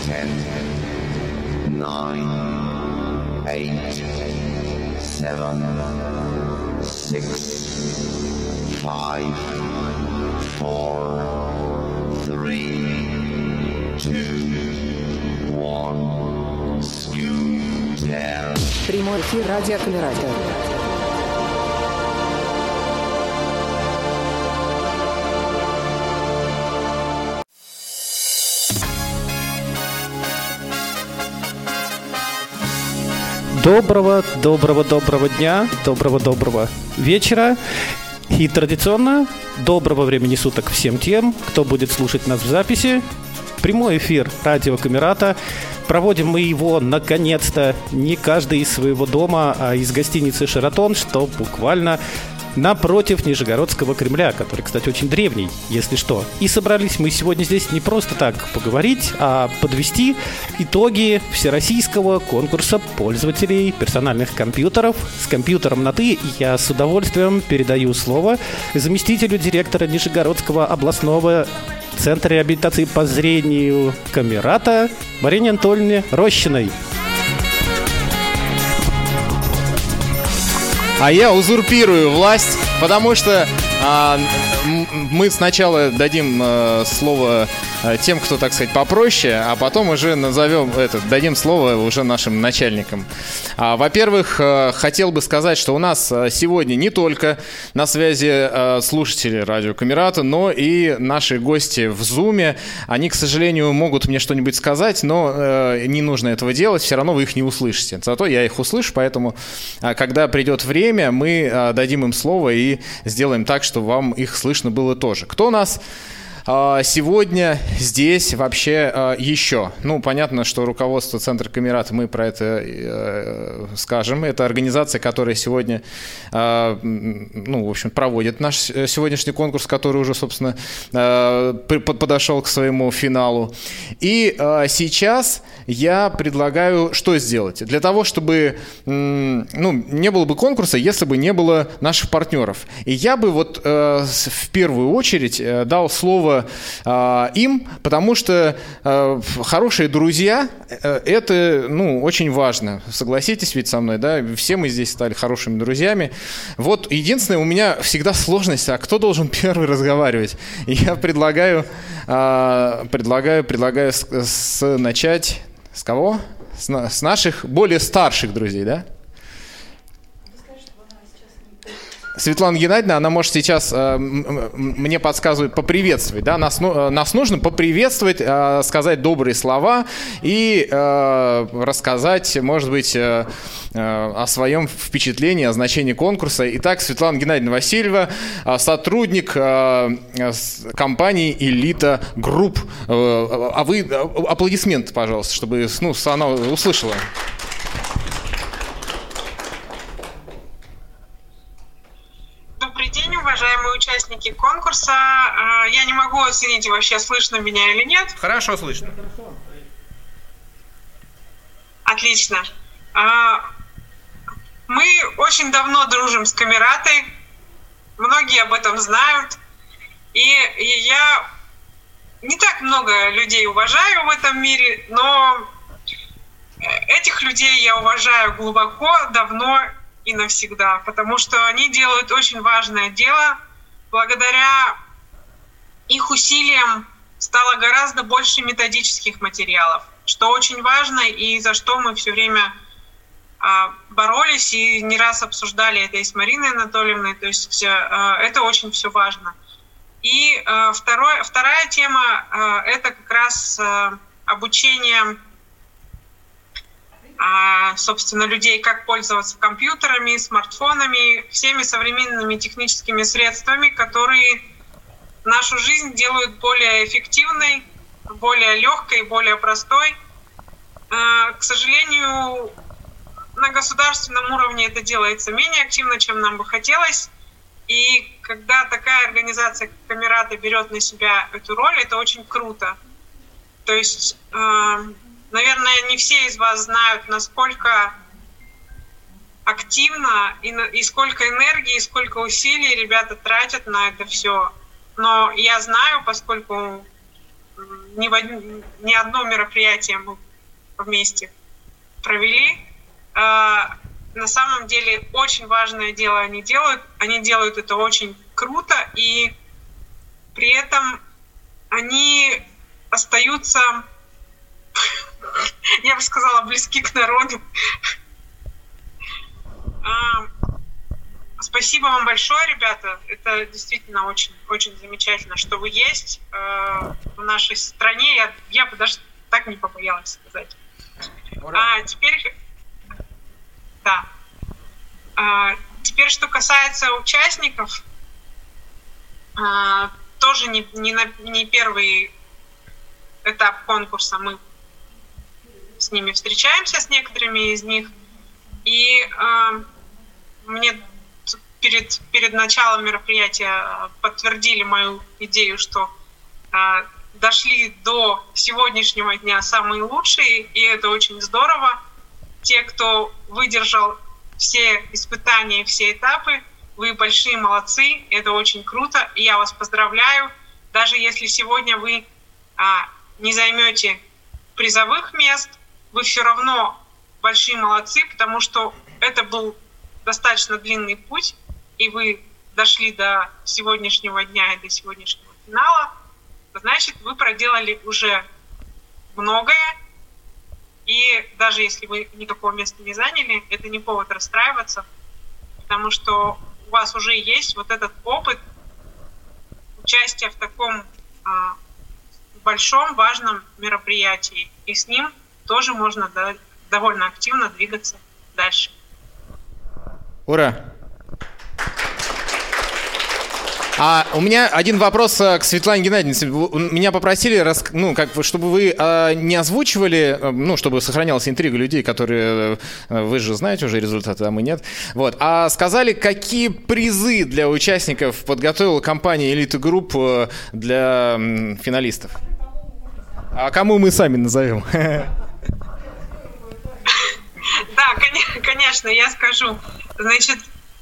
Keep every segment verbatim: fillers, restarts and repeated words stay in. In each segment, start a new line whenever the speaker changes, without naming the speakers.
ten, nine, eight, seven, six, five, four, three, two, one, skew down.
Прямой эфир радио Камерата.
Доброго, доброго, доброго дня, доброго, доброго вечера. И традиционно доброго времени суток всем тем, кто будет слушать нас в записи. Прямой эфир радио Камерата. Проводим мы его, наконец-то, не каждый из своего дома, а из гостиницы «Шератон», что буквально напротив Нижегородского Кремля, который, кстати, очень древний, если что. И собрались мы сегодня здесь не просто так поговорить, а подвести итоги всероссийского конкурса пользователей персональных компьютеров. С компьютером на «ты» я с удовольствием передаю слово заместителю директора Нижегородского областного центра реабилитации по зрению Камерата Марине Анатольевне Рощиной.
А я узурпирую власть, потому что а, мы сначала дадим а, слово а, тем, кто, так сказать, попроще, а потом уже назовем это, дадим слово уже нашим начальникам. А, во-первых, а, хотел бы сказать, что у нас сегодня не только на связи а, слушатели радио Камерата, но и наши гости в Зуме. Они, к сожалению, могут мне что-нибудь сказать, но а, не нужно этого делать, все равно вы их не услышите. Зато я их услышу, поэтому, а, когда придет время, мы а, дадим им слово и сделаем так, чтобы вам их слышно было тоже. Кто у нас а, сегодня здесь вообще а, еще? Ну, понятно, что руководство Центра Камерата, мы про это а, скажем. Это организация, которая сегодня, а, ну, в общем, проводит наш сегодняшний конкурс, который уже, собственно, а, подошел к своему финалу. И а, сейчас я предлагаю что сделать? Для того, чтобы ну, не было бы конкурса, если бы не было наших партнеров. И я бы вот э, в первую очередь э, дал слово э, им, потому что э, хорошие друзья э, это ну, очень важно. Согласитесь ведь со мной, да? Все мы здесь стали хорошими друзьями. Вот единственное, у меня всегда сложность, а кто должен первый разговаривать? И я предлагаю, э, предлагаю, предлагаю с, с начать. С кого? С, на, с наших более старших друзей, да? Светлана Геннадьевна, она может сейчас э, мне подсказывает поприветствовать, да? Нас, ну, нас нужно поприветствовать, э, сказать добрые слова и э, рассказать, может быть, э, э, о своем впечатлении, о значении конкурса. Итак, Светлана Геннадьевна Васильева, э, сотрудник э, компании «Элита Групп». Э, а вы аплодисменты, пожалуйста, чтобы ну, она услышала.
Добрый день, уважаемые участники конкурса. Я не могу оценить, вообще слышно меня или нет.
Хорошо слышно.
Отлично. Мы очень давно дружим с Камератой. Многие об этом знают. И я не так много людей уважаю в этом мире, но этих людей я уважаю глубоко, давно и навсегда, потому что они делают очень важное дело. Благодаря их усилиям стало гораздо больше методических материалов, что очень важно и за что мы все время а, боролись и не раз обсуждали это и с Мариной Анатольевной. То есть а, это очень все важно. И а, второе, вторая тема а, это как раз а, обучение собственно, людей, как пользоваться компьютерами, смартфонами, всеми современными техническими средствами, которые нашу жизнь делают более эффективной, более легкой, более простой. К сожалению, на государственном уровне это делается менее активно, чем нам бы хотелось. И когда такая организация, как Камерата, берет на себя эту роль, это очень круто. То есть... Наверное, не все из вас знают, насколько активно и, и сколько энергии, и сколько усилий ребята тратят на это все. Но я знаю, поскольку ни, в од... ни одно мероприятие мы вместе провели. На самом деле очень важное дело они делают. Они делают это очень круто, и при этом они остаются, я бы сказала, близки к народу. Спасибо вам большое, ребята. Это действительно очень, очень замечательно, что вы есть в нашей стране. Я, я бы даже так не побоялась сказать. А теперь... Да. А, теперь, что касается участников, а, тоже не, не, на, не первый этап конкурса. Мы с ними встречаемся, с некоторыми из них. И а, мне перед, перед началом мероприятия подтвердили мою идею, что а, дошли до сегодняшнего дня самые лучшие, и это очень здорово. Те, кто выдержал все испытания, все этапы, вы большие молодцы, это очень круто, и я вас поздравляю. Даже если сегодня вы а, не займете призовых мест, вы все равно большие молодцы, потому что это был достаточно длинный путь, и вы дошли до сегодняшнего дня и до сегодняшнего финала. Значит, вы проделали уже многое. И даже если вы никакого места не заняли, это не повод расстраиваться, потому что у вас уже есть вот этот опыт участия в таком а, большом, важном мероприятии. И с ним тоже можно да, довольно активно двигаться дальше.
Ура! А у меня один вопрос к Светлане Геннадьевне. Меня попросили, ну, как, чтобы вы э, не озвучивали, ну, чтобы сохранялась интрига людей, которые, э, вы же знаете уже результаты, а мы нет. Вот. А сказали, какие призы для участников подготовила компания Elite Group для э, финалистов. А кому мы сами назовем?
Да, конечно, я скажу. Значит,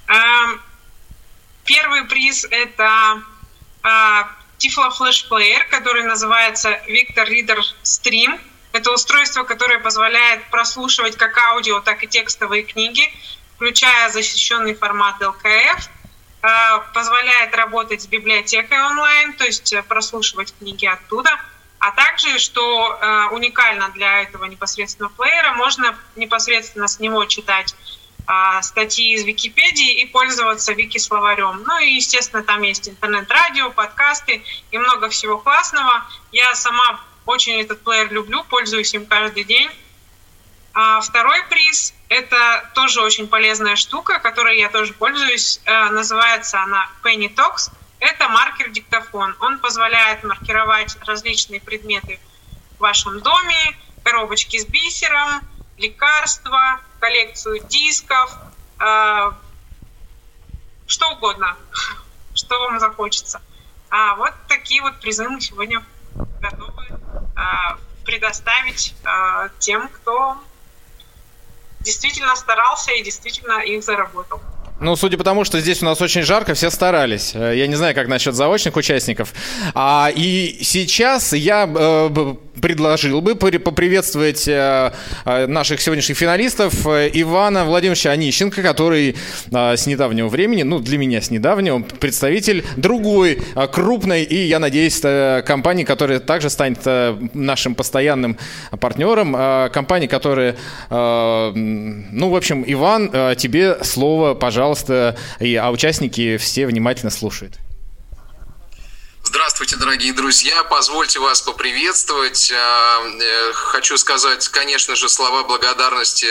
первый приз – это Tiflo Flash Player, который называется Victor Reader Stream. Это устройство, которое позволяет прослушивать как аудио, так и текстовые книги, включая защищенный формат эл ка эф. Позволяет работать с библиотекой онлайн, то есть прослушивать книги оттуда. А также, что э, уникально для этого непосредственно плеера, можно непосредственно с него читать э, статьи из Википедии и пользоваться вики-словарем. Ну и, естественно, там есть интернет-радио, подкасты и много всего классного. Я сама очень этот плеер люблю, пользуюсь им каждый день. А второй приз – это тоже очень полезная штука, которой я тоже пользуюсь. Э, называется она Penny Talks. Это маркер-диктофон. Он позволяет маркировать различные предметы в вашем доме, коробочки с бисером, лекарства, коллекцию дисков, э, что угодно, что вам захочется. А вот такие вот призы мы сегодня готовы э, предоставить э, тем, кто действительно старался и действительно их заработал.
Ну, судя по тому, что здесь у нас очень жарко, все старались. Я не знаю, как насчет заочных участников. А, и сейчас я э, предложил бы поприветствовать э, наших сегодняшних финалистов Ивана Владимировича Онищенко, который э, с недавнего времени, ну, для меня с недавнего, представитель другой э, крупной и, я надеюсь, э, компании, которая также станет э, нашим постоянным партнером. Э, компании, которая... Э, ну, в общем, Иван, э, тебе слово, пожалуйста. Пожалуйста, и, а участники все внимательно слушают.
Здравствуйте, дорогие друзья. Позвольте вас поприветствовать. Хочу сказать, конечно же, слова благодарности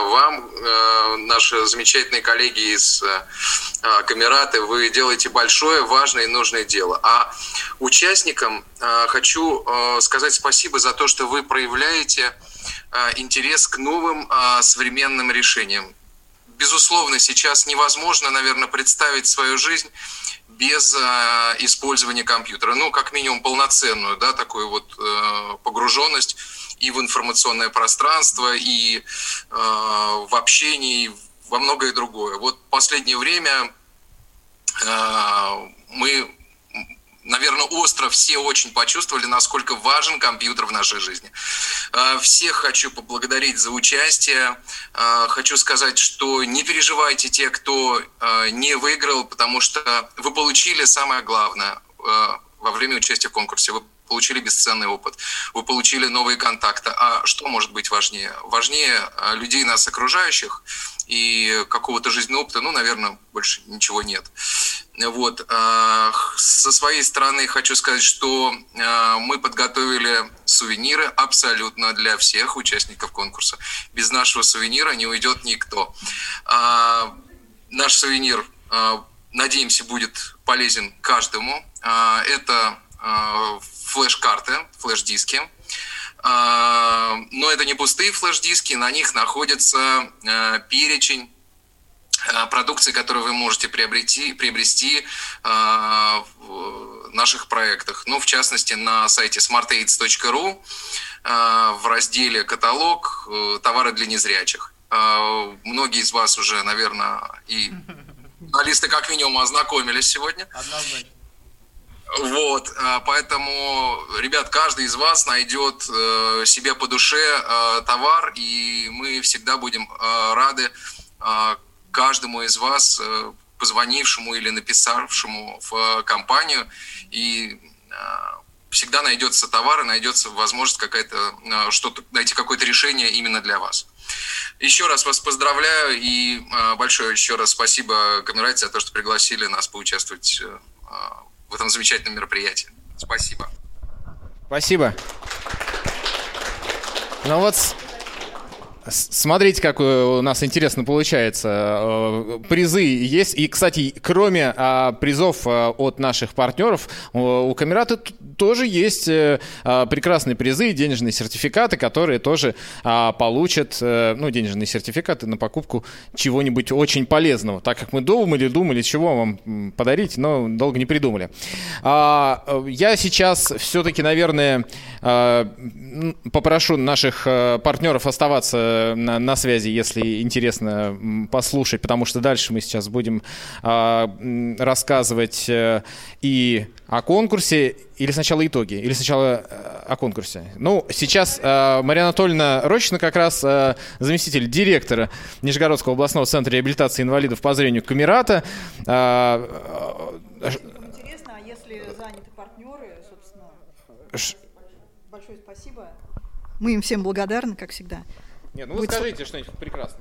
вам, наши замечательные коллеги из Камераты. Вы делаете большое, важное и нужное дело. А участникам хочу сказать спасибо за то, что вы проявляете интерес к новым современным решениям. Безусловно, сейчас невозможно, наверное, представить свою жизнь без э, использования компьютера. Ну, как минимум, полноценную, да, такую вот э, погруженность и в информационное пространство, и э, в общении, и во многое другое. Вот в последнее время э, мы наверное, остро все очень почувствовали, насколько важен компьютер в нашей жизни. Всех хочу поблагодарить за участие. Хочу сказать, что не переживайте те, кто не выиграл, потому что вы получили самое главное во время участия в конкурсе. Вы получили бесценный опыт, вы получили новые контакты. А что может быть важнее? Важнее людей, нас окружающих, и какого-то жизненного опыта, ну, наверное, больше ничего нет. Вот. Со своей стороны хочу сказать, что мы подготовили сувениры абсолютно для всех участников конкурса. Без нашего сувенира не уйдет никто. Наш сувенир, надеемся, будет полезен каждому. Это флеш-карты, флеш-диски. Но это не пустые флеш-диски, на них находится перечень продукции, которую вы можете приобрести, приобрести в наших проектах. Ну, в частности, на сайте смарт эйдс точка ру в разделе «Каталог» товары для незрячих. Многие из вас уже, наверное, и журналисты как минимум ознакомились сегодня. Однозначно. Вот, поэтому, ребят, каждый из вас найдет себе по душе товар, и мы всегда будем рады каждому из вас, позвонившему или написавшему в компанию, и всегда найдется товар, и найдется возможность какая-то, что-то, найти какое-то решение именно для вас. Еще раз вас поздравляю, и большое еще раз спасибо Камерате за то, что пригласили нас поучаствовать в этом замечательном мероприятии. Спасибо.
Спасибо. Ну вот, смотрите, как у нас интересно получается. Призы есть. И, кстати, кроме призов от наших партнеров, у Камерата тоже есть прекрасные призы, денежные сертификаты, которые тоже получат, ну, денежные сертификаты на покупку чего-нибудь очень полезного. Так как мы думали, думали, чего вам подарить, но долго не придумали. Я сейчас все-таки, наверное, попрошу наших партнеров оставаться на, на связи, если интересно послушать, потому что дальше мы сейчас будем рассказывать и о конкурсе, или сначала итоги, или сначала о конкурсе. Ну, сейчас э, Мария Анатольевна Рощина, как раз э, заместитель директора Нижегородского областного центра реабилитации инвалидов по зрению Камерата. Э, э,
Интересно, а если заняты партнеры, собственно, Ш... большое спасибо. Мы им всем благодарны, как всегда.
Нет, ну вы Будь... скажите что-нибудь прекрасное.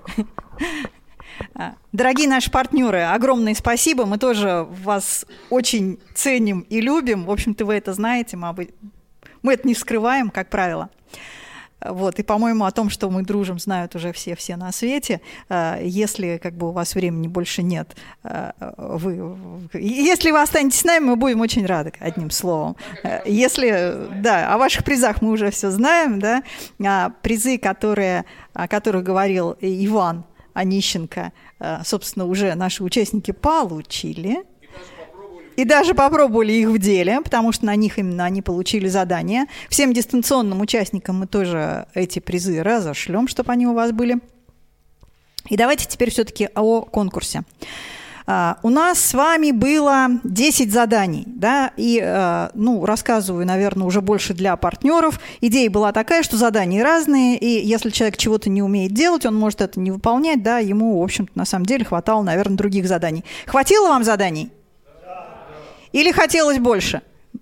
Дорогие наши партнеры, огромное спасибо. Мы тоже вас очень ценим и любим. В общем-то, вы это знаете. Мы, мы это не скрываем, как правило. Вот. И, по-моему, о том, что мы дружим, знают уже все-все на свете. Если как бы, у вас времени больше нет, вы, если вы останетесь с нами, мы будем очень рады, одним словом. Если, да, о ваших призах мы уже все знаем. Да? А призы, которые, о которых говорил Иван Онищенко, собственно, уже наши участники получили. И даже попробовали их в деле, потому что на них именно они получили задание. Всем дистанционным участникам мы тоже эти призы разошлем, чтобы они у вас были. И давайте теперь все-таки о конкурсе. Uh, у нас с вами было десять заданий, да, и, uh, ну, рассказываю, наверное, уже больше для партнеров. Идея была такая, что задания разные, и если человек чего-то не умеет делать, он может это не выполнять, да, ему, в общем-то, на самом деле хватало, наверное, других заданий. Хватило вам заданий? Или хотелось больше?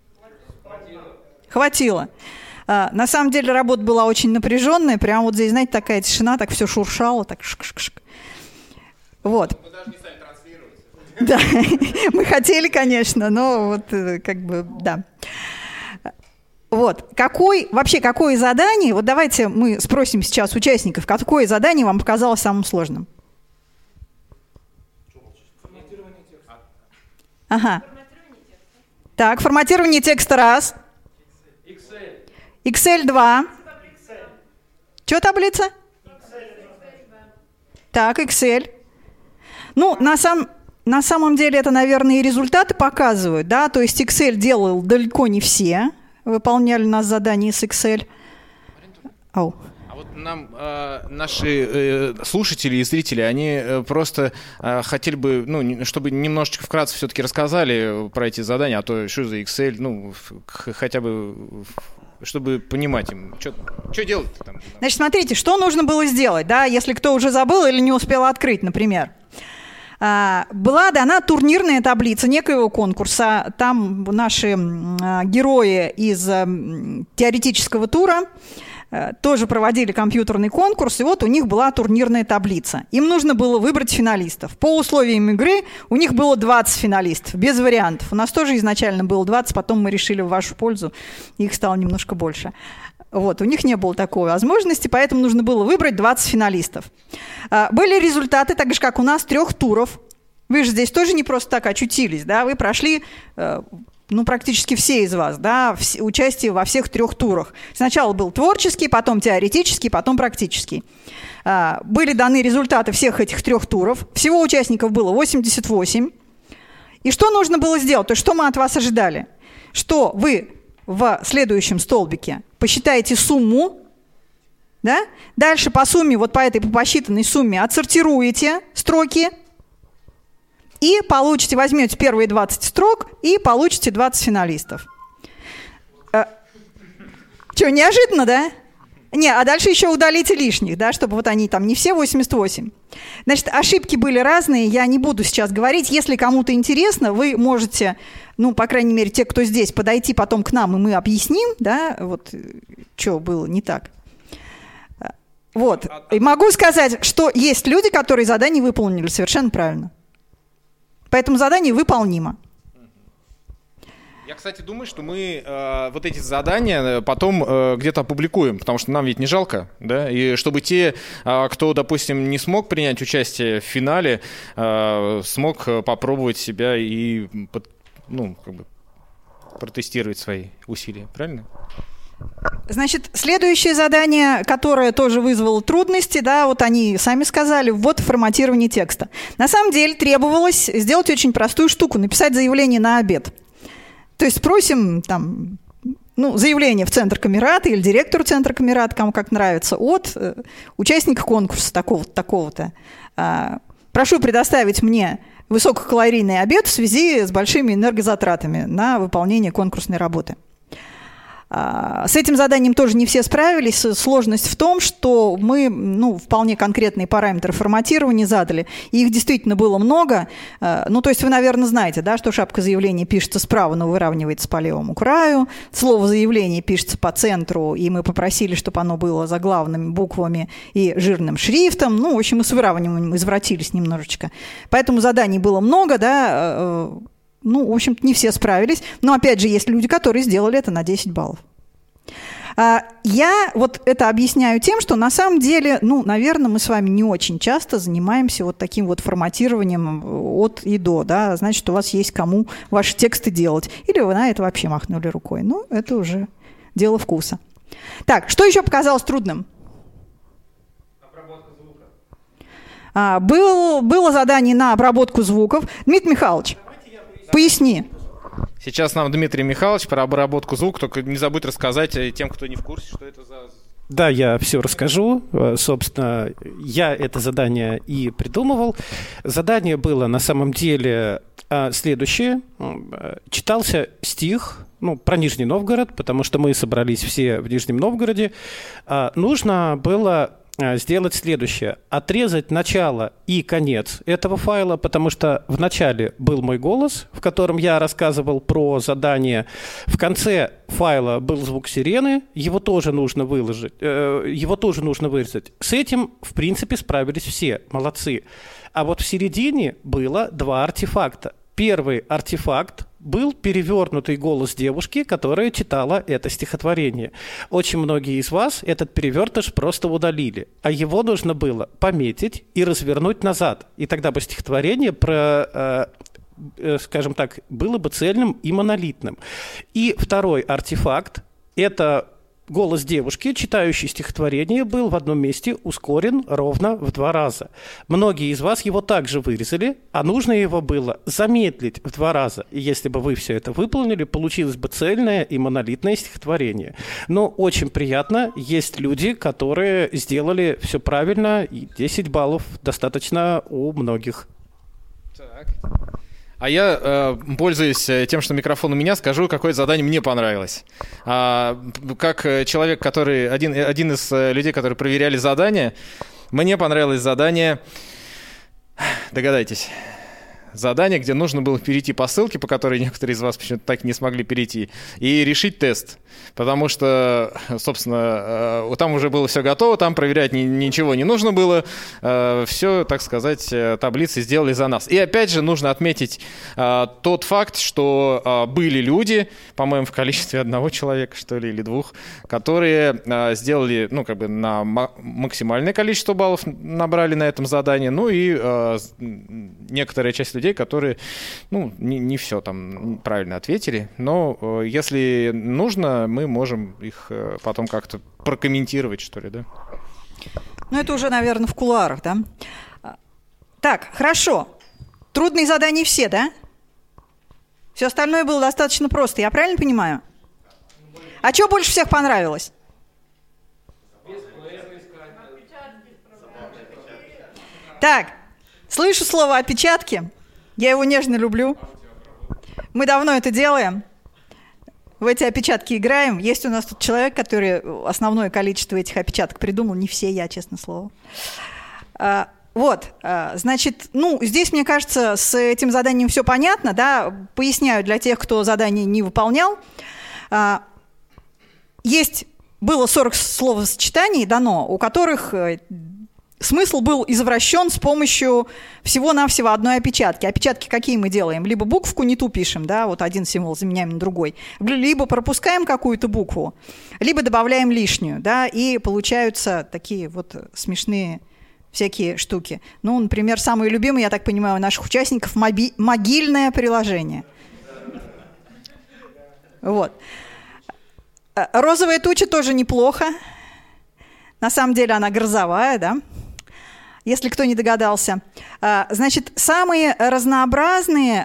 Хватило. Uh, на самом деле работа была очень напряженная, прям вот здесь, знаете, такая тишина, так все шуршало, так шк-шк-шк. Вот. Да, мы хотели, конечно, но вот как бы, да. Вот, какой, вообще, какое задание, вот давайте мы спросим сейчас участников, какое задание вам показалось самым сложным? Форматирование текста. Ага. Форматирование текста. Так, форматирование текста раз. Excel. Excel два. Excel. Что таблица? Excel. Так, Excel. Ну, на самом... На самом деле это, наверное, и результаты показывают, да, то есть Excel делал далеко не все, выполняли у нас задания с Excel. Ау.
А А вот нам э, наши э, слушатели и зрители, они э, просто э, хотели бы, ну, чтобы немножечко вкратце все-таки рассказали про эти задания, а то что за Excel, ну, х- хотя бы, чтобы понимать им, что делать там.
Значит, смотрите, что нужно было сделать, да, если кто уже забыл или не успел открыть, например. Была дана турнирная таблица некоего конкурса. Там наши герои из теоретического тура тоже проводили компьютерный конкурс, и вот у них была турнирная таблица. Им нужно было выбрать финалистов. По условиям игры у них было двадцать финалистов, без вариантов. У нас тоже изначально было двадцать, потом мы решили в вашу пользу, их стало немножко больше. Вот, у них не было такой возможности, поэтому нужно было выбрать двадцать финалистов. Были результаты, так же, как у нас, трех туров. Вы же здесь тоже не просто так очутились, да? Вы прошли, ну, практически все из вас, да, участие во всех трех турах. Сначала был творческий, потом теоретический, потом практический. Были даны результаты всех этих трех туров. Всего участников было восемьдесят восемь. И что нужно было сделать? То есть, что мы от вас ожидали? Что вы в следующем столбике посчитаете сумму, да? Дальше по сумме, вот по этой по посчитанной сумме отсортируете строки и получите, возьмете первые двадцать строк и получите двадцать финалистов. Э, что, неожиданно, да? Не, а дальше еще удалите лишних, да, чтобы вот они там не все восемьдесят восемь. Значит, ошибки были разные, я не буду сейчас говорить. Если кому-то интересно, вы можете, ну, по крайней мере, те, кто здесь, подойти потом к нам, и мы объясним, да, вот, что было не так. Вот. И могу сказать, что есть люди, которые задание выполнили совершенно правильно. Поэтому задание выполнимо.
Я, кстати, думаю, что мы э, вот эти задания потом э, где-то опубликуем, потому что нам ведь не жалко, да, и чтобы те, э, кто, допустим, не смог принять участие в финале, э, смог попробовать себя и, ну, как бы протестировать свои усилия, правильно?
Значит, следующее задание, которое тоже вызвало трудности, да, вот они сами сказали, ввод форматирования текста. На самом деле требовалось сделать очень простую штуку, написать заявление на обед. То есть просим там, ну, заявление в Центр Камерата или директору Центра Камерата, кому как нравится, от э, участника конкурса такого-то, такого-то. Э, прошу предоставить мне высококалорийный обед в связи с большими энергозатратами на выполнение конкурсной работы. С этим заданием тоже не все справились. Сложность в том, что мы, ну, вполне конкретные параметры форматирования задали. И их действительно было много. Ну, то есть вы, наверное, знаете, да, что шапка заявления пишется справа, но выравнивается по левому краю. Слово заявление пишется по центру, и мы попросили, чтобы оно было заглавными буквами и жирным шрифтом. Ну, в общем, мы с выравниванием извратились немножечко. Поэтому заданий было много, да. Ну, в общем-то, не все справились. Но, опять же, есть люди, которые сделали это на десять баллов. Я вот это объясняю тем, что на самом деле, ну, наверное, мы с вами не очень часто занимаемся вот таким вот форматированием от и до, да, значит, у вас есть кому ваши тексты делать. Или вы на это вообще махнули рукой. Ну, это уже дело вкуса. Так, что еще показалось трудным?
Обработка звука.
А, был, было задание на обработку звуков. Дмитрий Михайлович, поясни.
Сейчас нам Дмитрий Михайлович про обработку звука, только не забудь рассказать тем, кто не в курсе, что это за...
Да, я все расскажу. Собственно, я это задание и придумывал. Задание было на самом деле следующее. Читался стих, ну, про Нижний Новгород, потому что мы собрались все в Нижнем Новгороде. Нужно было сделать следующее. Отрезать начало и конец этого файла, потому что в начале был мой голос, в котором я рассказывал про задание. В конце файла был звук сирены, его тоже нужно выложить, э, его тоже нужно вырезать. С этим, в принципе, справились все. Молодцы. А вот в середине было два артефакта. Первый артефакт был перевернутый голос девушки, которая читала это стихотворение. Очень многие из вас этот перевертыш просто удалили, а его нужно было пометить и развернуть назад. И тогда бы стихотворение про, э, э, скажем так, было бы цельным и монолитным. И второй артефакт – это голос девушки, читающей стихотворение, был в одном месте ускорен ровно в два раза. Многие из вас его также вырезали, а нужно его было замедлить в два раза. И если бы вы все это выполнили, получилось бы цельное и монолитное стихотворение. Но очень приятно, есть люди, которые сделали все правильно, и десять баллов достаточно у многих.
Так. А я, э, пользуясь тем, что микрофон у меня, скажу, какое задание мне понравилось. А, как человек, который один, один из людей, которые проверяли задание, мне понравилось задание, догадайтесь, задание, где нужно было перейти по ссылке, по которой некоторые из вас почему-то так и не смогли перейти, и решить тест. Потому что, собственно, там уже было все готово, там проверять ни, ничего не нужно было. Все, так сказать, таблицы сделали за нас. И опять же нужно отметить тот факт, что были люди, по-моему, в количестве одного человека, что ли, или двух, которые сделали, ну, как бы на максимальное количество баллов набрали на этом задании. Ну и некоторая часть людей, которые, ну, не, не все там правильно ответили. Но если нужно, мы можем их потом как-то прокомментировать, что ли, да?
Ну, это уже, наверное, в кулуарах, да? Так, хорошо. Трудные задания все, да? Все остальное было достаточно просто, я правильно понимаю? А что больше всех понравилось? Так, слышу слово «опечатки». Я его нежно люблю. Мы давно это делаем. В эти опечатки играем. Есть у нас тут человек, который основное количество этих опечаток придумал. Не все я, честное слово. А, вот, а, значит, ну, здесь, мне кажется, с этим заданием все понятно, да. Поясняю для тех, кто задание не выполнял. А, есть, было сорок словосочетаний дано, у которых смысл был извращен с помощью всего-навсего одной опечатки. Опечатки какие мы делаем? Либо буквку не ту пишем, да, вот один символ заменяем на другой, либо пропускаем какую-то букву, либо добавляем лишнюю, да, и получаются такие вот смешные всякие штуки. Ну, например, самые любимые, я так понимаю, у наших участников моби- могильное приложение. Вот. Розовая туча тоже неплохо. На самом деле она грозовая, да? Если кто не догадался. Значит, самые разнообразные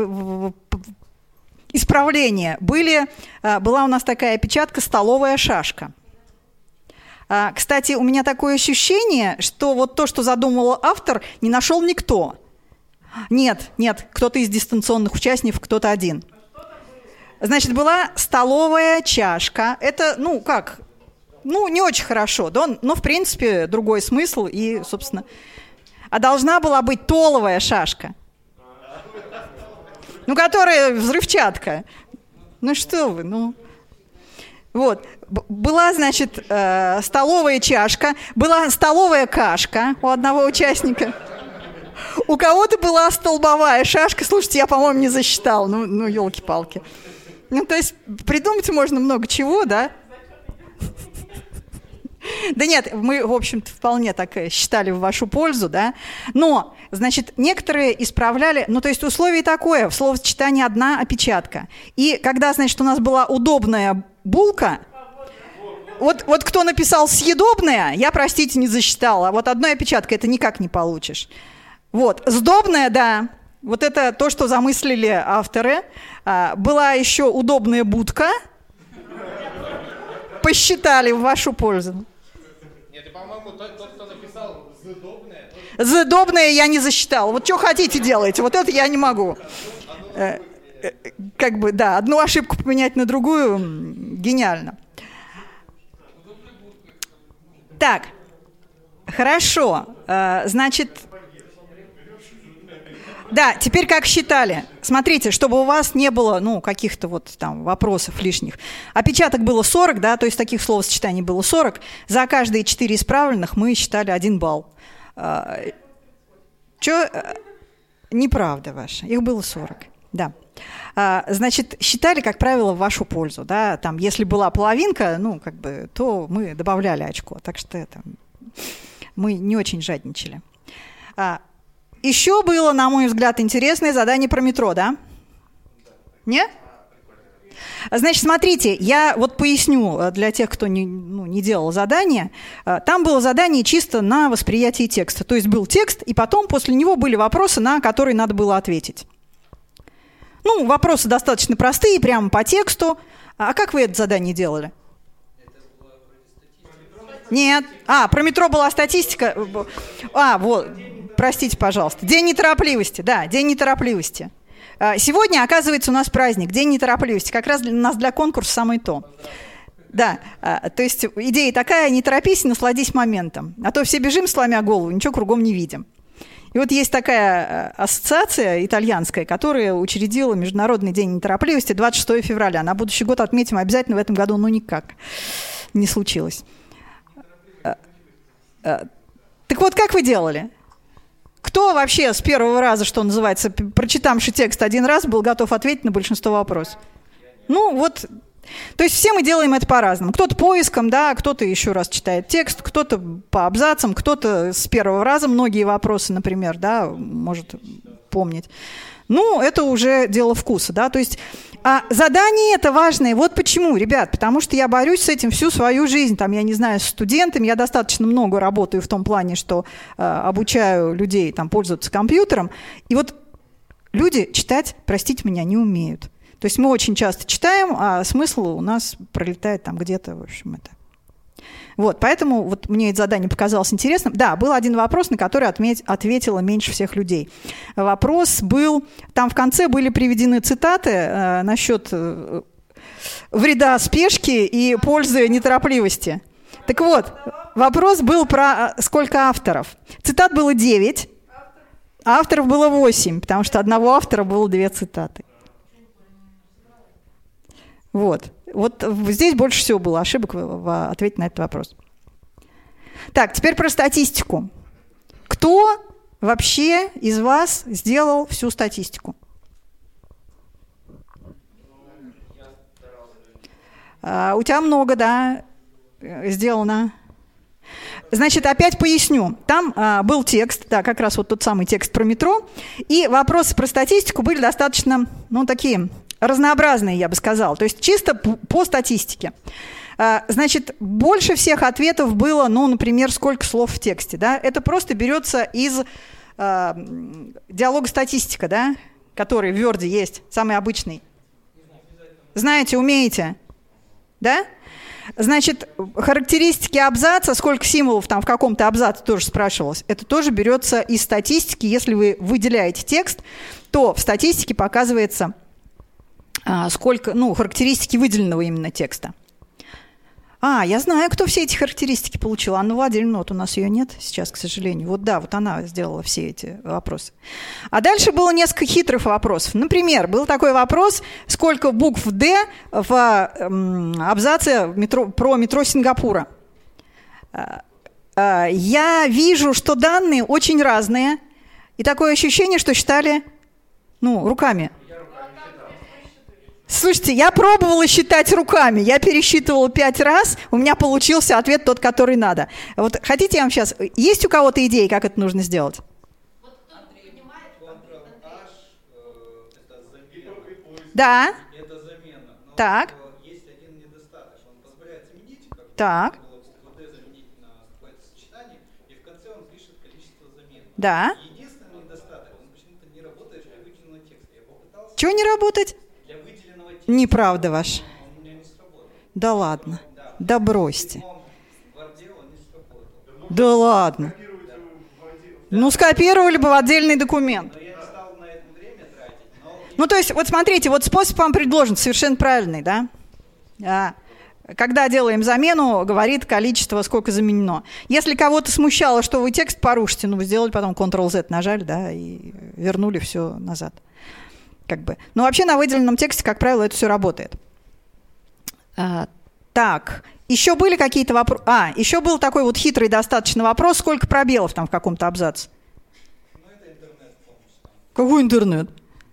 исправления были... Была у нас такая опечатка «столовая шашка». Кстати, у меня такое ощущение, что вот то, что задумал автор, не нашел никто. Нет, нет, кто-то из дистанционных участников, кто-то один. Значит, была столовая чашка. Это, ну, как... Ну, не очень хорошо, да? Но, в принципе, другой смысл и, собственно... А должна была быть толовая шашка. Ну, которая взрывчатка. Ну, что вы, ну... Вот. Была, значит, э, столовая чашка, была столовая кашка у одного участника. У кого-то была столбовая шашка. Слушайте, я, по-моему, не засчитал. Ну, ну, елки-палки. Ну, то есть придумать можно много чего, да? Да нет, мы, в общем-то, вполне так считали в вашу пользу, да. Но, значит, некоторые исправляли, ну, то есть условие такое, в словосочетании одна опечатка. И когда, значит, у нас была удобная булка, вот, вот кто написал съедобная, я, простите, не засчитала, а вот одной опечаткой это никак не получишь. Вот, сдобная, да, вот это то, что замыслили авторы. А, была еще удобная будка, посчитали в вашу пользу.
Нет, и, по-моему, тот, тот, кто написал «зыдобное».
«Зыдобное» я не засчитала. Вот что хотите делайте, вот это я не могу. Э, э, как бы, да, одну ошибку поменять на другую гениально. Так, хорошо. Э, значит... Да, теперь как считали. Смотрите, чтобы у вас не было, ну, каких-то вот там вопросов лишних. Опечаток было сорок, да, то есть таких словосочетаний было сорок. За каждые четыре исправленных мы считали один балл. А, чё? Неправда ваша. Их было сорок, да. А, значит, считали, как правило, в вашу пользу, да. Там, если была половинка, ну, как бы, то мы добавляли очко. Так что это мы не очень жадничали. А, Еще было, на мой взгляд, интересное задание про метро, да? Не? Значит, смотрите, я вот поясню для тех, кто не, ну, не делал задание. Там было задание чисто на восприятие текста. То есть был текст, и потом после него были вопросы, на которые надо было ответить. Ну, вопросы достаточно простые, прямо по тексту. А как вы это задание делали? Нет. А, про метро была статистика. А, вот, простите, пожалуйста. День неторопливости, да, день неторопливости. Сегодня, оказывается, у нас праздник, день неторопливости. Как раз для нас для конкурса самое то. Да, то есть идея такая: не торопись, насладись моментом. А то все бежим, сломя голову, ничего кругом не видим. И вот есть такая ассоциация итальянская, которая учредила Международный день неторопливости двадцать шестого февраля. На будущий год отметим обязательно, в этом году, ну никак не случилось. Так вот, как вы делали? Кто вообще с первого раза, что называется, прочитавший текст один раз, был готов ответить на большинство вопросов? Ну вот, то есть все мы делаем это по-разному. Кто-то поиском, да, кто-то еще раз читает текст, кто-то по абзацам, кто-то с первого раза многие вопросы, например, да, может помнить. Ну, это уже дело вкуса, да, то есть а задание это важное. Вот почему, ребят, потому что я борюсь с этим всю свою жизнь, там, я не знаю, с студентами, я достаточно много работаю в том плане, что э, обучаю людей там пользоваться компьютером, и вот люди читать, простите меня, не умеют. То есть мы очень часто читаем, а смысл у нас пролетает там где-то, в общем, это. Вот, поэтому вот мне это задание показалось интересным. Да, был один вопрос, на который отметь, ответило меньше всех людей. Вопрос был, там в конце были приведены цитаты э, насчет э, вреда спешки и пользы неторопливости. Так вот, вопрос был про э, сколько авторов. Цитат было девять, авторов было восемь, потому что одного автора было две цитаты. Вот. Вот здесь больше всего было ошибок в, в ответе на этот вопрос. Так, теперь про статистику. Кто вообще из вас сделал всю статистику? А, у тебя много, да, сделано. Значит, опять поясню. Там а, был текст, да, как раз вот тот самый текст про метро, и вопросы про статистику были достаточно, ну, такие разнообразные, я бы сказала. То есть чисто по статистике. Значит, больше всех ответов было, ну, например, сколько слов в тексте. Да? Это просто берется из э, диалога статистика, да? Который в Word есть, самый обычный. Знаете, умеете? Да? Значит, характеристики абзаца, сколько символов там в каком-то абзаце тоже спрашивалось, это тоже берется из статистики. Если вы выделяете текст, то в статистике показывается сколько, ну, характеристики выделенного именно текста. А, я знаю, кто все эти характеристики получил. Анна Владимировна, вот у нас ее нет сейчас, к сожалению. Вот да, вот она сделала все эти вопросы. А дальше было несколько хитрых вопросов. Например, был такой вопрос, сколько букв «Д» в м, абзаце метро, про метро Сингапура. Я вижу, что данные очень разные, и такое ощущение, что считали, ну, руками. Слушайте, я пробовала считать руками, я пересчитывала пять раз, у меня получился ответ тот, который надо. Вот хотите, я вам сейчас... Есть у кого-то идеи, как это нужно сделать? Да. Это замена. Но так. Есть один недостаток, он позволяет заменить, как так. ди заменить на какое-то сочетание, и в конце он пишет количество замен. Да. Единственный недостаток, он почему-то не работает для выделенного текста. Я попытался... Чего не работать? Для выделенного текста. Неправда ваш. Он у меня не сработал. Да ладно. Да, да бросьте. Да ладно. Ну, скопировали бы в отдельный документ. Ну, то есть, вот смотрите, вот способ вам предложен, совершенно правильный, да? А, когда делаем замену, говорит количество, сколько заменено. Если кого-то смущало, что вы текст порушите, ну, вы сделали потом контрол-зет, нажали, да, и вернули все назад. Как бы. Но вообще на выделенном тексте, как правило, это все работает. А, так, еще были какие-то вопросы? А, еще был такой вот хитрый достаточно вопрос, сколько пробелов там в каком-то абзаце? Ну, это интернет, по-моему. Какой интернет?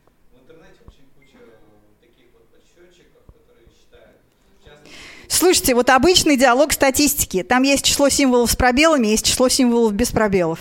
Слушайте, вот обычный диалог статистики. Там есть число символов с пробелами, есть число символов без пробелов.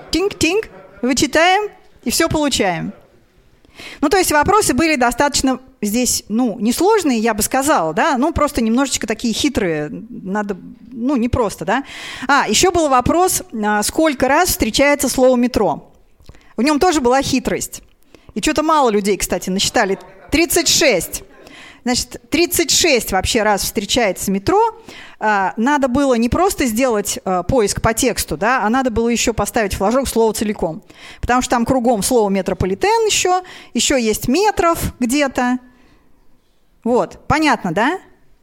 Тинг-тинг, вычитаем и все получаем. Ну, то есть вопросы были достаточно здесь, ну, несложные, я бы сказала, да, ну, просто немножечко такие хитрые, надо, ну, не просто, да. А, еще был вопрос, сколько раз встречается слово «метро». В нем тоже была хитрость. И что-то мало людей, кстати, насчитали. тридцать шесть. Значит, тридцать шесть вообще раз встречается метро. Надо было не просто сделать поиск по тексту, да, а надо было еще поставить флажок слова целиком. Потому что там кругом слово метрополитен еще, еще есть метров где-то. Вот, понятно, да?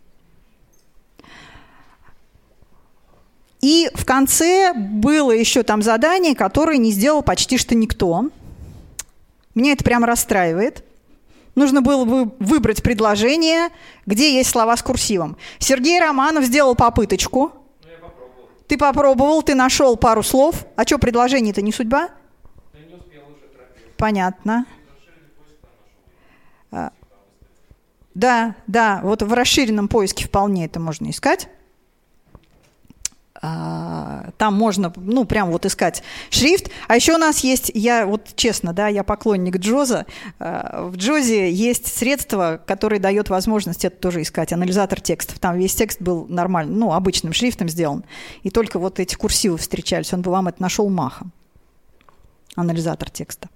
И в конце было еще там задание, которое не сделал почти что никто. Меня это прямо расстраивает. Нужно было бы выбрать предложение, где есть слова с курсивом. Сергей Романов сделал попыточку. Ну, я попробовал. Ты попробовал, ты нашел пару слов. А что, предложение-то не судьба? Да не успел уже. Понятно. А, да, да, вот в расширенном поиске вполне это можно искать. Там можно, ну, прям вот искать шрифт. А еще у нас есть, я вот честно, да, я поклонник Джоза. В Джозе есть средство, которое дает возможность это тоже искать. Анализатор текстов. Там весь текст был нормально, ну, обычным шрифтом сделан. И только вот эти курсивы встречались. Он бы вам это нашел махом. Анализатор текста.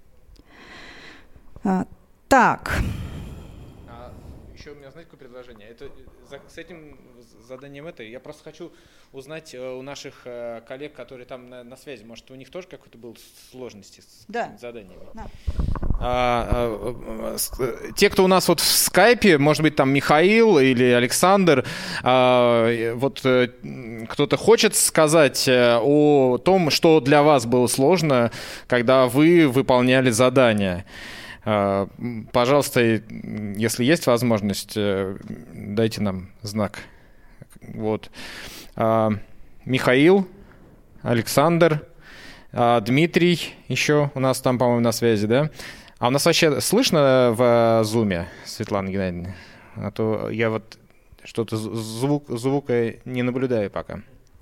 Так.
А еще у меня, знаете, какое предложение? Это, с этим заданием это, я просто хочу узнать у наших коллег, которые там на, на связи, может, у них тоже какой-то был сложности с
да.
заданиями?
Да.
А, а, а, те, кто у нас вот в скайпе, может быть, там Михаил или Александр, а, вот кто-то хочет сказать о том, что для вас было сложно, когда вы выполняли задания. Пожалуйста, если есть возможность, дайте нам знак. Вот. Михаил, Александр, Дмитрий еще у нас там, по-моему, на связи, да? А у нас вообще слышно в зуме, Светлана Геннадьевна? А то я вот что-то звук, звука не наблюдаю пока.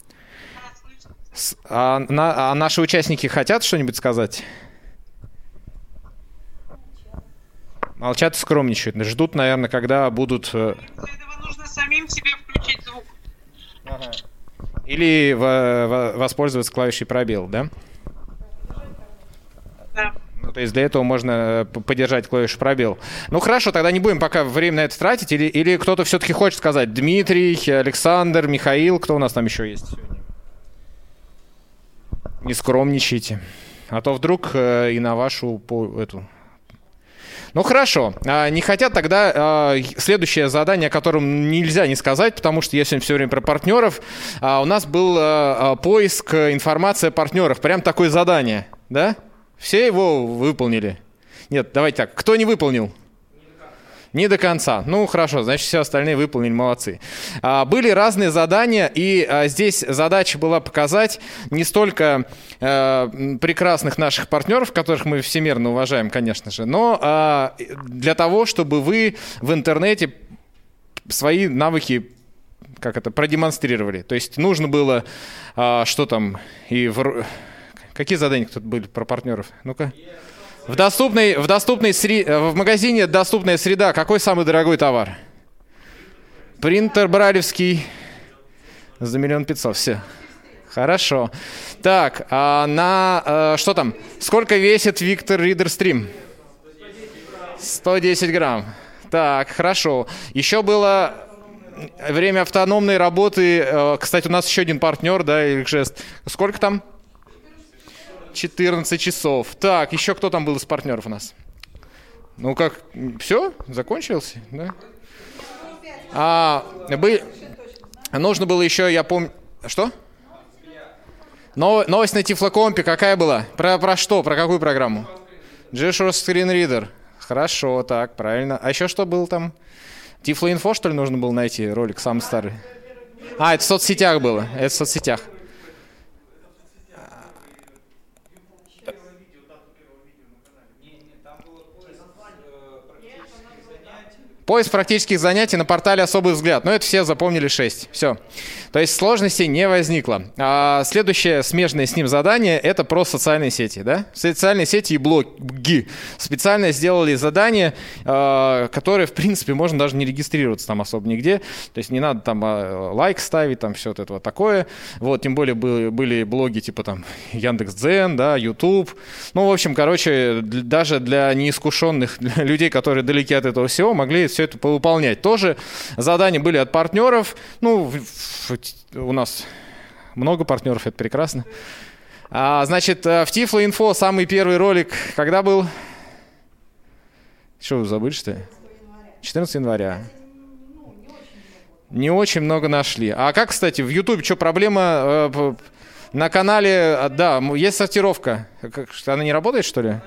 А, на, а наши участники хотят что-нибудь сказать? Молчат и скромничают. Ждут, наверное, когда будут...
Для этого нужно самим себе включить звук.
Ага. Или в, в, воспользоваться клавишей пробел, да?
Да.
Ну, то есть для этого можно подержать клавишу пробел. Ну хорошо, тогда не будем пока время на это тратить. Или, или кто-то все-таки хочет сказать? Дмитрий, Александр, Михаил. Кто у нас там еще есть сегодня? Не скромничайте. А то вдруг э, и на вашу по, эту... Ну хорошо, не хотят тогда следующее задание, о котором нельзя не сказать, потому что я сегодня все время про партнеров. У нас был поиск информации о партнерах, прям такое задание, да? Все его выполнили? Нет, давайте так, кто не выполнил? Не до конца. Ну, хорошо, значит, все остальные выполнили, молодцы. А, были разные задания, и а, здесь задача была показать не столько а, прекрасных наших партнеров, которых мы всемирно уважаем, конечно же, но а, для того, чтобы вы в интернете свои навыки, как это, продемонстрировали. То есть нужно было, а, что там, и в... Какие задания тут были про партнеров? Ну-ка. В доступной, в доступной сре... в магазине «Доступная среда» какой самый дорогой товар? Принтер брайлевский за миллион пятьсот. Все. Хорошо. Так, а на... А, что там? Сколько весит Victor Reader Stream? сто десять грамм. Так, хорошо. Еще было время автономной работы. Кстати, у нас еще один партнер, да, Эльжест. Сколько там? четырнадцать часов. Так, еще кто там был из партнеров у нас? Ну как, все? Закончился? Да? А, бы... Нужно было еще, я помню... Что? Нов... Новость на Тифлокомпе какая была? Про, про что? Про какую программу? GeForce Screen Reader. Хорошо, так, правильно. А еще что было там? Тифлоинфо, что ли, нужно было найти? Ролик самый старый. А, это в соцсетях было. Это в соцсетях. Поиск практических занятий на портале «Особый взгляд». Ну, это все запомнили шесть. Все. То есть сложностей не возникло. А следующее смежное с ним задание – это про социальные сети. Да? Социальные сети и блоги. Специально сделали задание, которое, в принципе, можно даже не регистрироваться там особо нигде. То есть не надо там лайк ставить, там все вот это вот такое. Вот, тем более были, были блоги типа там Яндекс.Дзен, да, YouTube. Ну, в общем, короче, даже для неискушенных для людей, которые далеки от этого всего, могли все это повыполнять. Тоже задания были от партнеров. Ну, у нас много партнеров, это прекрасно. А, значит, в Тифло-Инфо самый первый ролик когда был? Что вы забыли, что ли? четырнадцатого января. Не очень много нашли. А как, кстати, в Ютубе что, проблема э, на канале? Да, есть сортировка. Она не работает, что ли?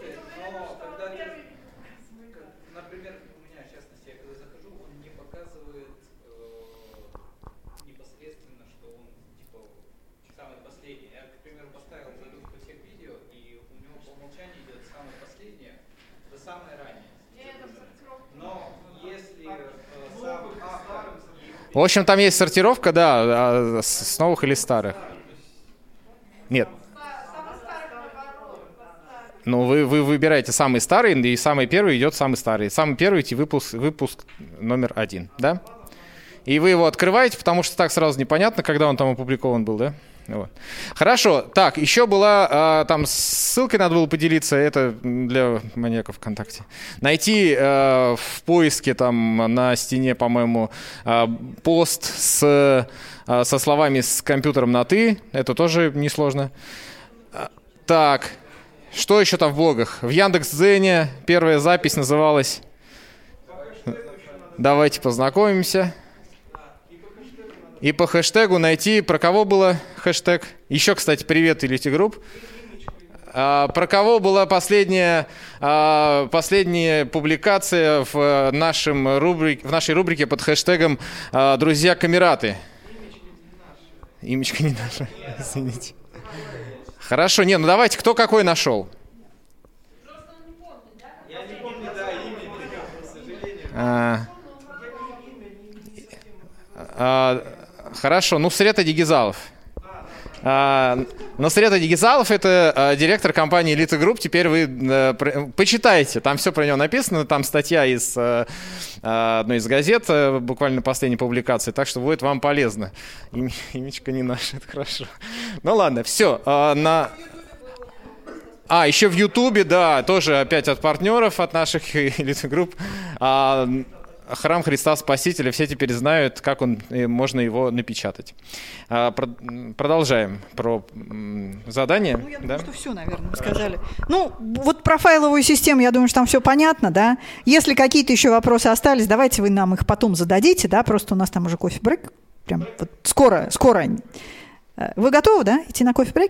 В общем, там есть сортировка, да, с новых или старых. Нет. Ну, вы, вы выбираете самый старый, и самый первый идет самый старый. Самый первый идти выпуск, выпуск номер один, да? И вы его открываете, потому что так сразу непонятно, когда он там опубликован был, да? Вот. Хорошо. Так, еще была, а, там ссылкой надо было поделиться, это для маньяков ВКонтакте. Найти а, в поиске там на стене, по-моему, а, пост с, а, со словами «с компьютером на «ты». Это тоже несложно. А, так, что еще там в блогах? В Яндекс.Дзене первая запись называлась «Давайте познакомимся». И по хэштегу найти, про кого было хэштег. Еще, кстати, привет, Elite Group. А, про кого была последняя, а, последняя публикация в, нашем рубрик, в нашей рубрике под хэштегом а, «Друзья Камераты». Имечко не наша, извините. Хорошо, не, ну давайте, кто какой нашел? А, а, Хорошо, ну Нусрет Адигизалов. А, Нусрет Адигизалов — это а, директор компании Elite Group. Теперь вы а, про, почитайте, там все про него написано. Там статья из а, одной из газет, а, буквально последней публикации, так что будет вам полезно. Им, имечко не наше, это хорошо. Ну ладно, все. А, на... а еще в Ютубе, да, тоже опять от партнеров, от наших Elite Group. А, Храм Христа Спасителя, все теперь знают, как он, можно его напечатать. А, про, продолжаем про м, задание.
Ну, я думаю, да? что все, наверное, мы сказали. Ну, вот про файловую систему, я думаю, что там все понятно, да. Если какие-то еще вопросы остались, давайте вы нам их потом зададите, да, просто у нас там уже кофе-брейк. Прям вот скоро, скоро. Вы готовы, да, идти на кофе-брейк?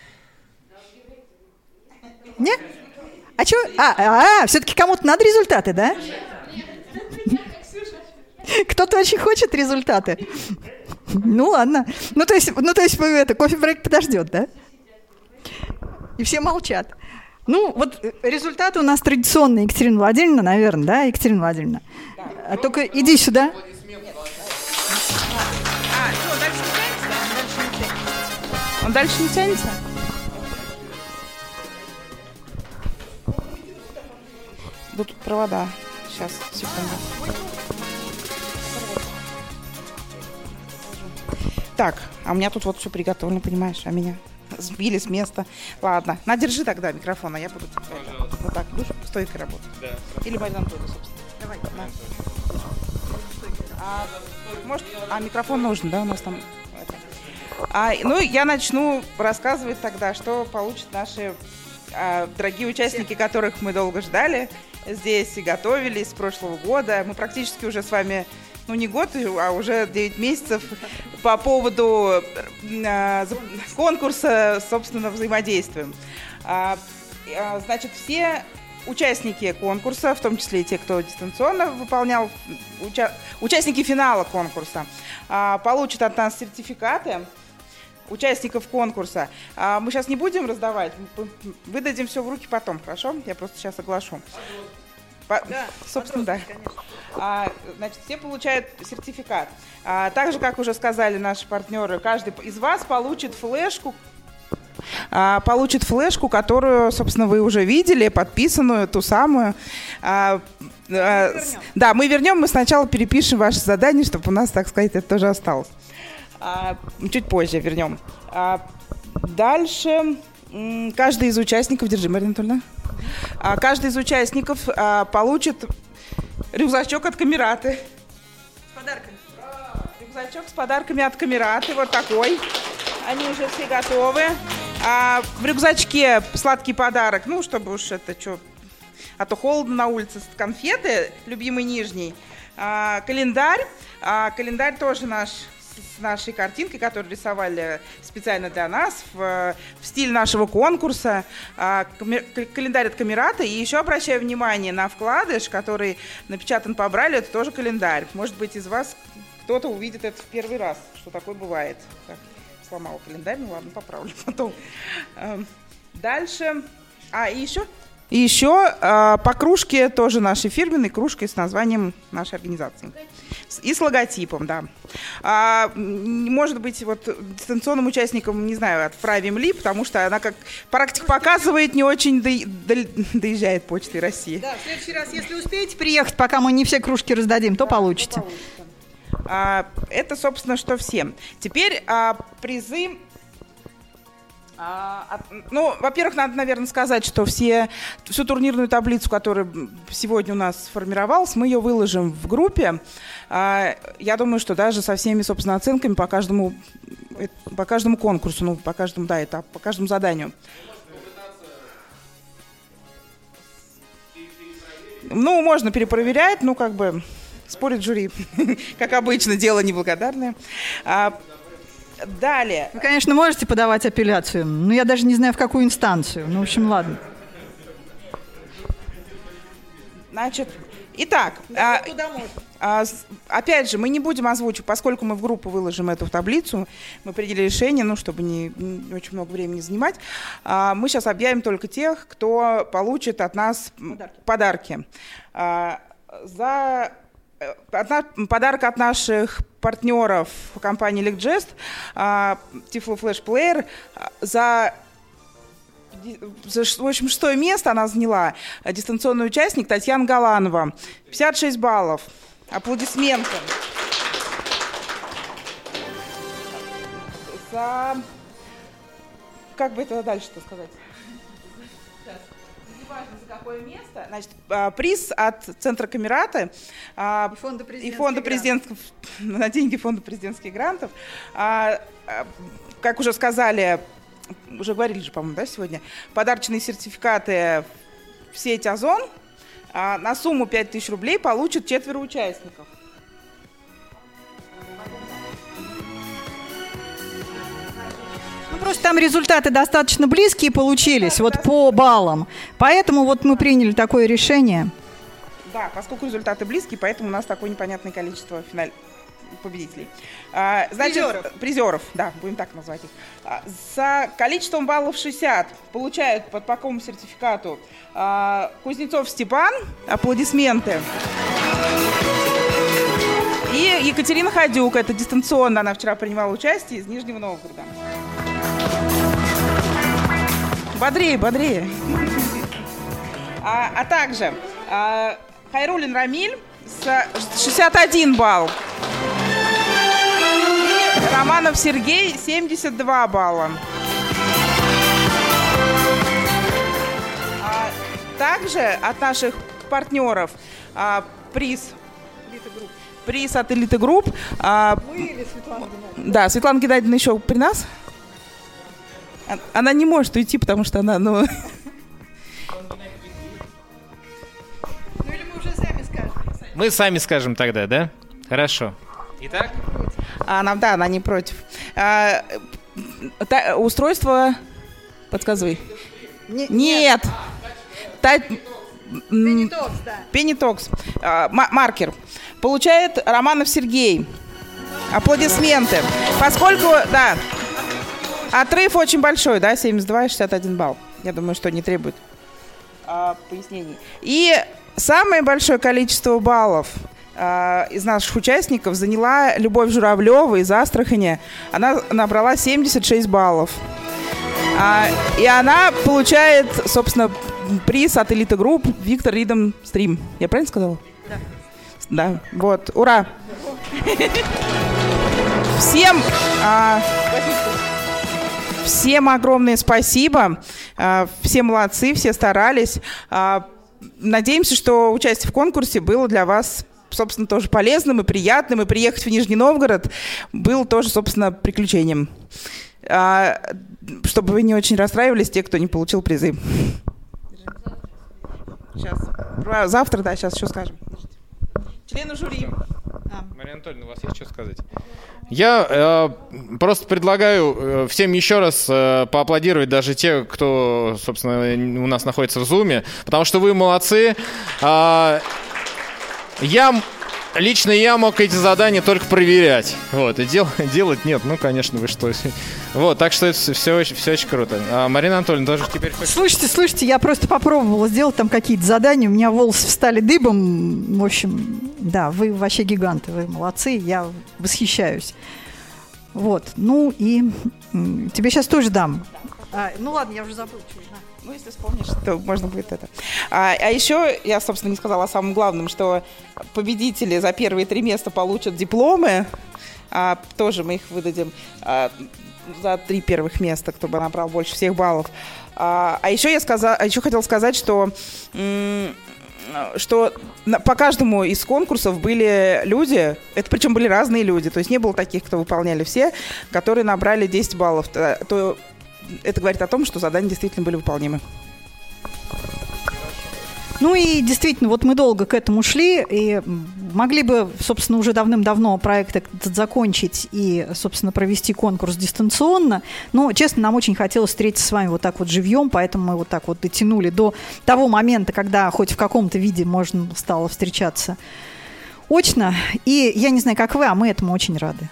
Нет? А что? А, а, а все-таки кому-то надо результаты, да? Кто-то очень хочет результаты. Ну ладно. Ну то есть, ну, то есть это, кофе-брейк подождет, да? И все молчат. Ну вот результаты у нас традиционные, Екатерина Владимировна, наверное, да, Екатерина Владимировна? А только иди сюда.
А, что, дальше не тянется? Он дальше не тянется? Тут провода. Сейчас, секунду. Так, а у меня тут вот все приготовлено, понимаешь, а меня сбили с места. Ладно, на, держи тогда микрофон, а я буду это, вот так, будешь стойкой работать. Да. Или Майдан тоже, собственно. Давай, на. А, может, а микрофон нужен, да, у нас там. Это. А, ну, я начну рассказывать тогда, что получат наши а, дорогие участники, которых мы долго ждали здесь и готовились с прошлого года. Мы практически уже с вами, ну не год, а уже девять месяцев по поводу э, конкурса, собственно, взаимодействуем. А, а, значит, все участники конкурса, в том числе и те, кто дистанционно выполнял, уча- участники финала конкурса, а, получат от нас сертификаты участников конкурса. А, мы сейчас не будем раздавать, выдадим все в руки потом, хорошо? Я просто сейчас оглашу. По- да, собственно, да. А, значит, все получают сертификат. А, так же, как уже сказали наши партнеры, каждый из вас получит флешку, а, получит флешку, которую, собственно, вы уже видели, подписанную, ту самую. А, а, с, да, мы вернем, мы сначала перепишем ваше задание, чтобы у нас, так сказать, это тоже осталось. А, чуть позже вернем. А, дальше м, каждый из участников, держи, Марина Анатольевна, а, каждый из участников а, получит рюкзачок от Камераты. С подарками. Рюкзачок с подарками от Камераты, вот такой. Они уже все готовы. А в рюкзачке сладкий подарок, ну, чтобы уж это что, а то холодно на улице, конфеты, любимый нижний. А, календарь. А, календарь тоже наш, с нашей картинкой, которую рисовали специально для нас, в, в стиле нашего конкурса. А, календарь от Камерата. И еще обращаю внимание на вкладыш, который напечатан по Брайлю, это тоже календарь. Может быть, из вас кто-то увидит это в первый раз, что такое бывает. Так, сломала календарь, ну ладно, поправлю потом. Дальше. А, и еще? И еще э, по кружке, тоже нашей фирменной кружкой с названием нашей организации. И с логотипом, да. А, может быть, вот дистанционным участникам, не знаю, отправим ли, потому что она, как практика показывает, не очень до, до, доезжает Почтой России.
Да, в следующий раз, если успеете приехать, пока мы не все кружки раздадим, то да, получите. То получится.
А, это, собственно, что всем. Теперь а, призы... А, от, ну, во-первых, надо, наверное, сказать, что все, всю турнирную таблицу, которая сегодня у нас сформировалась, мы ее выложим в группе. А, я думаю, что даже со всеми, собственно, оценками по каждому, по каждому конкурсу, ну, по каждому, да, этапу, по каждому заданию. Ну, можно перепроверять, ну, как бы спорит жюри, как обычно, дело неблагодарное. А, Далее.
Вы, конечно, можете подавать апелляцию, но я даже не знаю, в какую инстанцию. Ну, в общем, ладно.
Значит, итак, да, а, куда можно? А, опять же, мы не будем озвучивать, поскольку мы в группу выложим эту таблицу, мы приняли решение, ну, чтобы не, не очень много времени занимать, а, мы сейчас объявим только тех, кто получит от нас подарки. подарки. А, за... Подарок от наших партнеров компании Licgest, Tiflo Flash Player, за, за в общем, шестое место она заняла дистанционный участник Татьяна Галанова. пятьдесят шесть баллов. Аплодисменты. За... Как бы это дальше-то сказать? Неважно, за какое место. Значит, приз от Центра Камераты и фонда президентских, и фонда президентских на деньги фонда президентских грантов. Как уже сказали, уже говорили же, по-моему, да, сегодня, подарочные сертификаты в сеть Озон на сумму пять тысяч рублей получат четверо участников.
Просто там результаты достаточно близкие получились, да, вот да, по баллам. Поэтому вот мы приняли такое решение.
Да, поскольку результаты близкие, поэтому у нас такое непонятное количество финаль... победителей. А, значит, призеров. Призеров, да, будем так назвать их. А, за количеством баллов шестьдесят получают по такому сертификату а, Кузнецов Степан. Аплодисменты. И Екатерина Ходюк, это дистанционно, она вчера принимала участие из Нижнего Новгорода. Бодрее, бодрее. А, а также а, Хайрулин Рамиль с шестьдесят один балл. И Романов Сергей семьдесят два балла. А, также от наших партнеров а, приз. Приз от Элиты Групп. А, Мы или Светлана Геннадьевна? Да, Светлана Геннадьевна еще при нас. Она не может уйти, потому что она, ну...
Ну или мы уже сами скажем.
Мы сами скажем тогда, да? Хорошо. Итак?
Она, да, она не против. А, та, устройство... Подсказывай. Не, нет. Та...
Пенитокс, да.
Пенитокс. А, маркер. Получает Романов Сергей. Аплодисменты. Поскольку, да... Отрыв очень большой, да, семьдесят два и шестьдесят один балл. Я думаю, что не требует а, пояснений. И самое большое количество баллов э, из наших участников заняла Любовь Журавлева из Астрахани. Она набрала семьдесят шесть баллов. А, и она получает, собственно, приз от Elite Group Victor Rhythm Stream. Я правильно сказала? Да. Да, вот, ура! Всем, а, всем огромное спасибо. А, все молодцы, все старались. А, надеемся, что участие в конкурсе было для вас, собственно, тоже полезным и приятным. И приехать в Нижний Новгород было тоже, собственно, приключением. А, чтобы вы не очень расстраивались, те, кто не получил призы. Сейчас. Завтра, да, сейчас еще скажем. Члены жюри.
Мария Анатольевна, у вас есть что сказать? Я э, просто предлагаю э, всем еще раз э, поаплодировать даже те, кто, собственно, у нас находится в Зуме, потому что вы молодцы. Э, я... Лично я мог эти задания только проверять. Вот, и дел, делать нет, ну, конечно, вы что. Вот, так что это все очень, все очень круто. А Марина Анатольевна тоже теперь...
Слушайте, слушайте, я просто попробовала сделать там какие-то задания, у меня волосы встали дыбом. В общем, да, вы вообще гиганты, вы молодцы, я восхищаюсь. Вот, ну и тебе сейчас тоже дам. А, ну ладно, я уже забыла, что знаю.
Ну, если вспомнишь, то можно будет это. А, а еще я, собственно, не сказала о самом главном, что победители за первые три места получат дипломы. А, тоже мы их выдадим а, за три первых места, кто бы набрал больше всех баллов. А, а еще я сказала, а еще хотела сказать, что, м- что на, по каждому из конкурсов были люди, это причем были разные люди, то есть не было таких, кто выполняли все, которые набрали десять баллов. То, то это говорит о том, что задания действительно были выполнимы.
Ну и действительно, вот мы долго к этому шли, и могли бы, собственно, уже давным-давно проект этот закончить и, собственно, провести конкурс дистанционно, но, честно, нам очень хотелось встретиться с вами вот так вот живьем, поэтому мы вот так вот дотянули до того момента, когда хоть в каком-то виде можно стало встречаться очно. И я не знаю, как вы, а мы этому очень рады.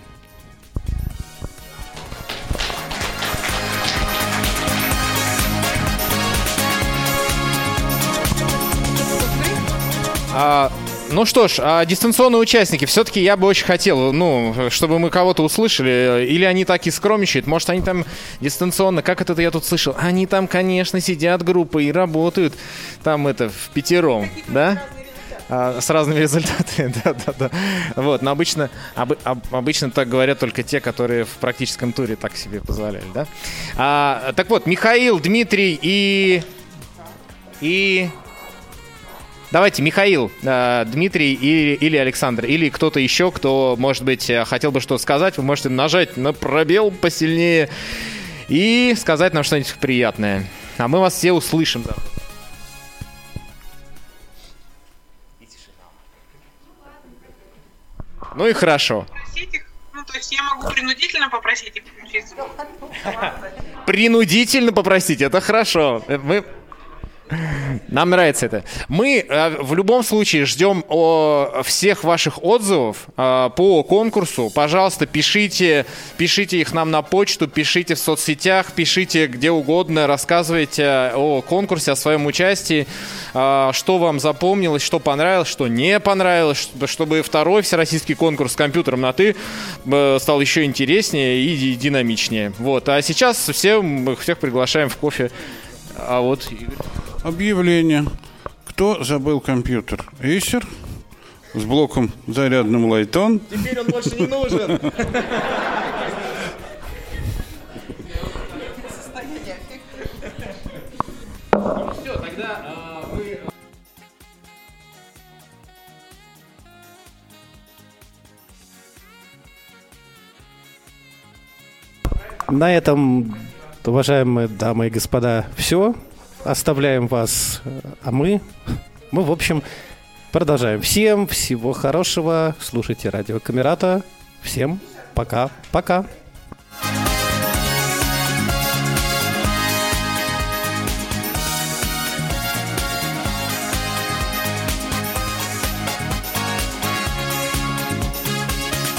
А, ну что ж, а дистанционные участники, все-таки я бы очень хотел, ну, чтобы мы кого-то услышали, или они так и скромничают, может, они там дистанционно, как это я тут слышал, они там, конечно, сидят группой и работают там это в пятером, да? А, с разными результатами, да-да-да. Вот, но обычно, об, об, обычно так говорят только те, которые в практическом туре так себе позволяли, да? А, так вот, Михаил, Дмитрий и... и... Давайте, Михаил, э, Дмитрий или, или Александр, или кто-то еще, кто, может быть, хотел бы что-то сказать, вы можете нажать на пробел посильнее и сказать нам что-нибудь приятное. А мы вас все услышим завтра. Ну и хорошо.
Ну, то есть я могу принудительно попросить их включиться.
Принудительно попросить, это хорошо. Мы... Нам нравится это. Мы э, в любом случае ждем о, всех ваших отзывов э, по конкурсу. Пожалуйста, пишите, пишите их нам на почту, пишите в соцсетях, пишите где угодно, рассказывайте о конкурсе, о своем участии, э, что вам запомнилось, что понравилось, что не понравилось, чтобы второй всероссийский конкурс с компьютером на «ты» э, стал еще интереснее и динамичнее. Вот. А сейчас все, мы всех приглашаем в кофе. А вот...
Объявление. Кто забыл компьютер? Acer с блоком зарядным Лайтон.
Теперь он больше не нужен. Ну все, тогда мы...
На этом, уважаемые дамы и господа, все. Оставляем вас, а мы, мы, в общем, продолжаем. Всем всего хорошего. Слушайте радио Камерата. Всем пока-пока.